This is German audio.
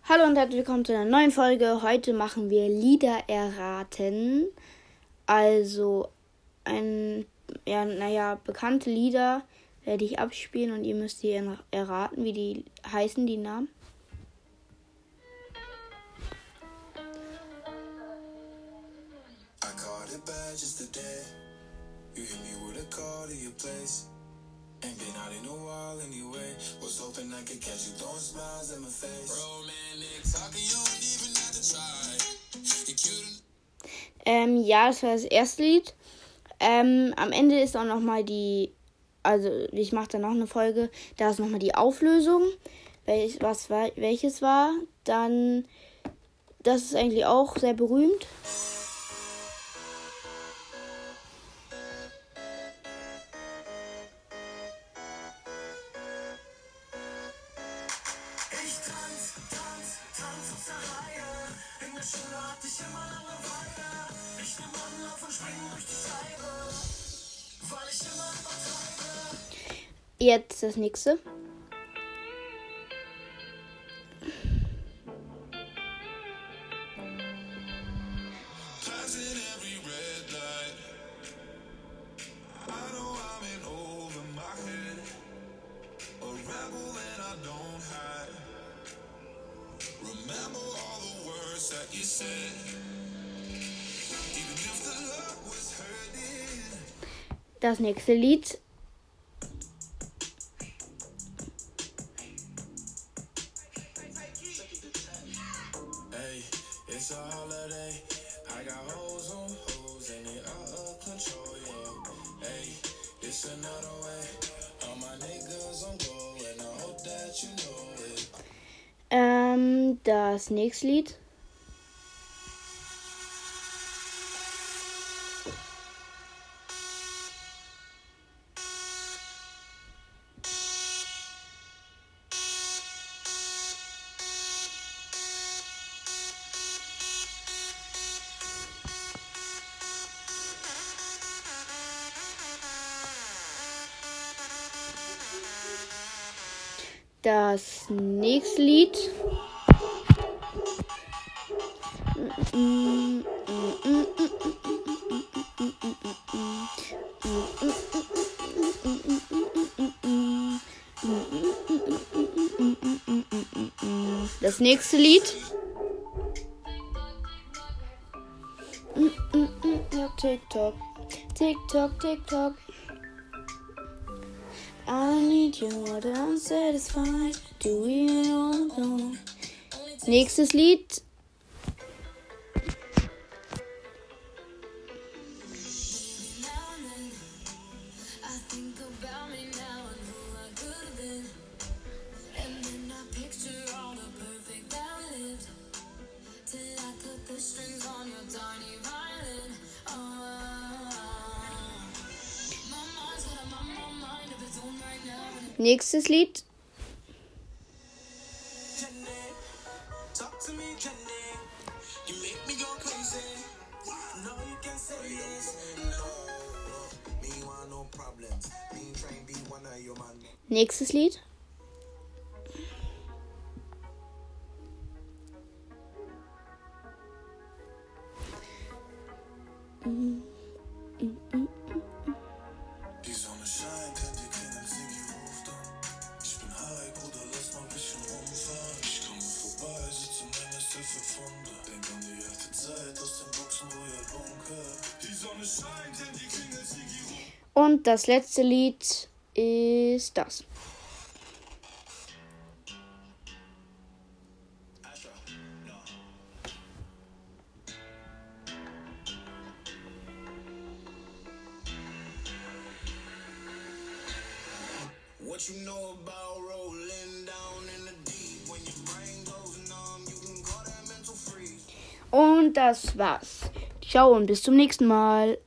Hallo und herzlich willkommen zu einer neuen Folge. Heute machen wir Lieder erraten. Also bekannte Lieder werde ich abspielen und ihr müsst die erraten, wie die heißen, die Namen. Ain't been out in a while anyway. Was hoping I could catch you throwing smiles in my face. Romantic talking, you don't even have to try. Ja, das war das erste Lied. Am Ende ist auch nochmal ich mache da noch eine Folge, da ist nochmal die Auflösung, welches war. Dann, das ist eigentlich auch sehr berühmt. Jetzt das nächste. Das nächste Lied. Das nächste Lied. Das nächste Lied. Das nächste Lied. TikTok, TikTok, TikTok. I need you more than I'm satisfied. Do we all know? Nächstes Lied. Nächstes Lied. Nächstes Lied. Die Sonne scheint, die Kinder Sigi ruft an. Ich bin high, Bruder, lass mal ein bisschen rumfahren. Ich komme vorbei, sitze in meiner Hilfe Funde. Denk an die alte Zeit aus den Boxen, wo ihr Bunker. Die Sonne scheint, die Kinder Sigi ruft an. Und das letzte Lied ist das. What you know about rolling down in the deep? When your brain goes numb, you can call that mental freeze. Und das war's. Ciao und bis zum nächsten Mal.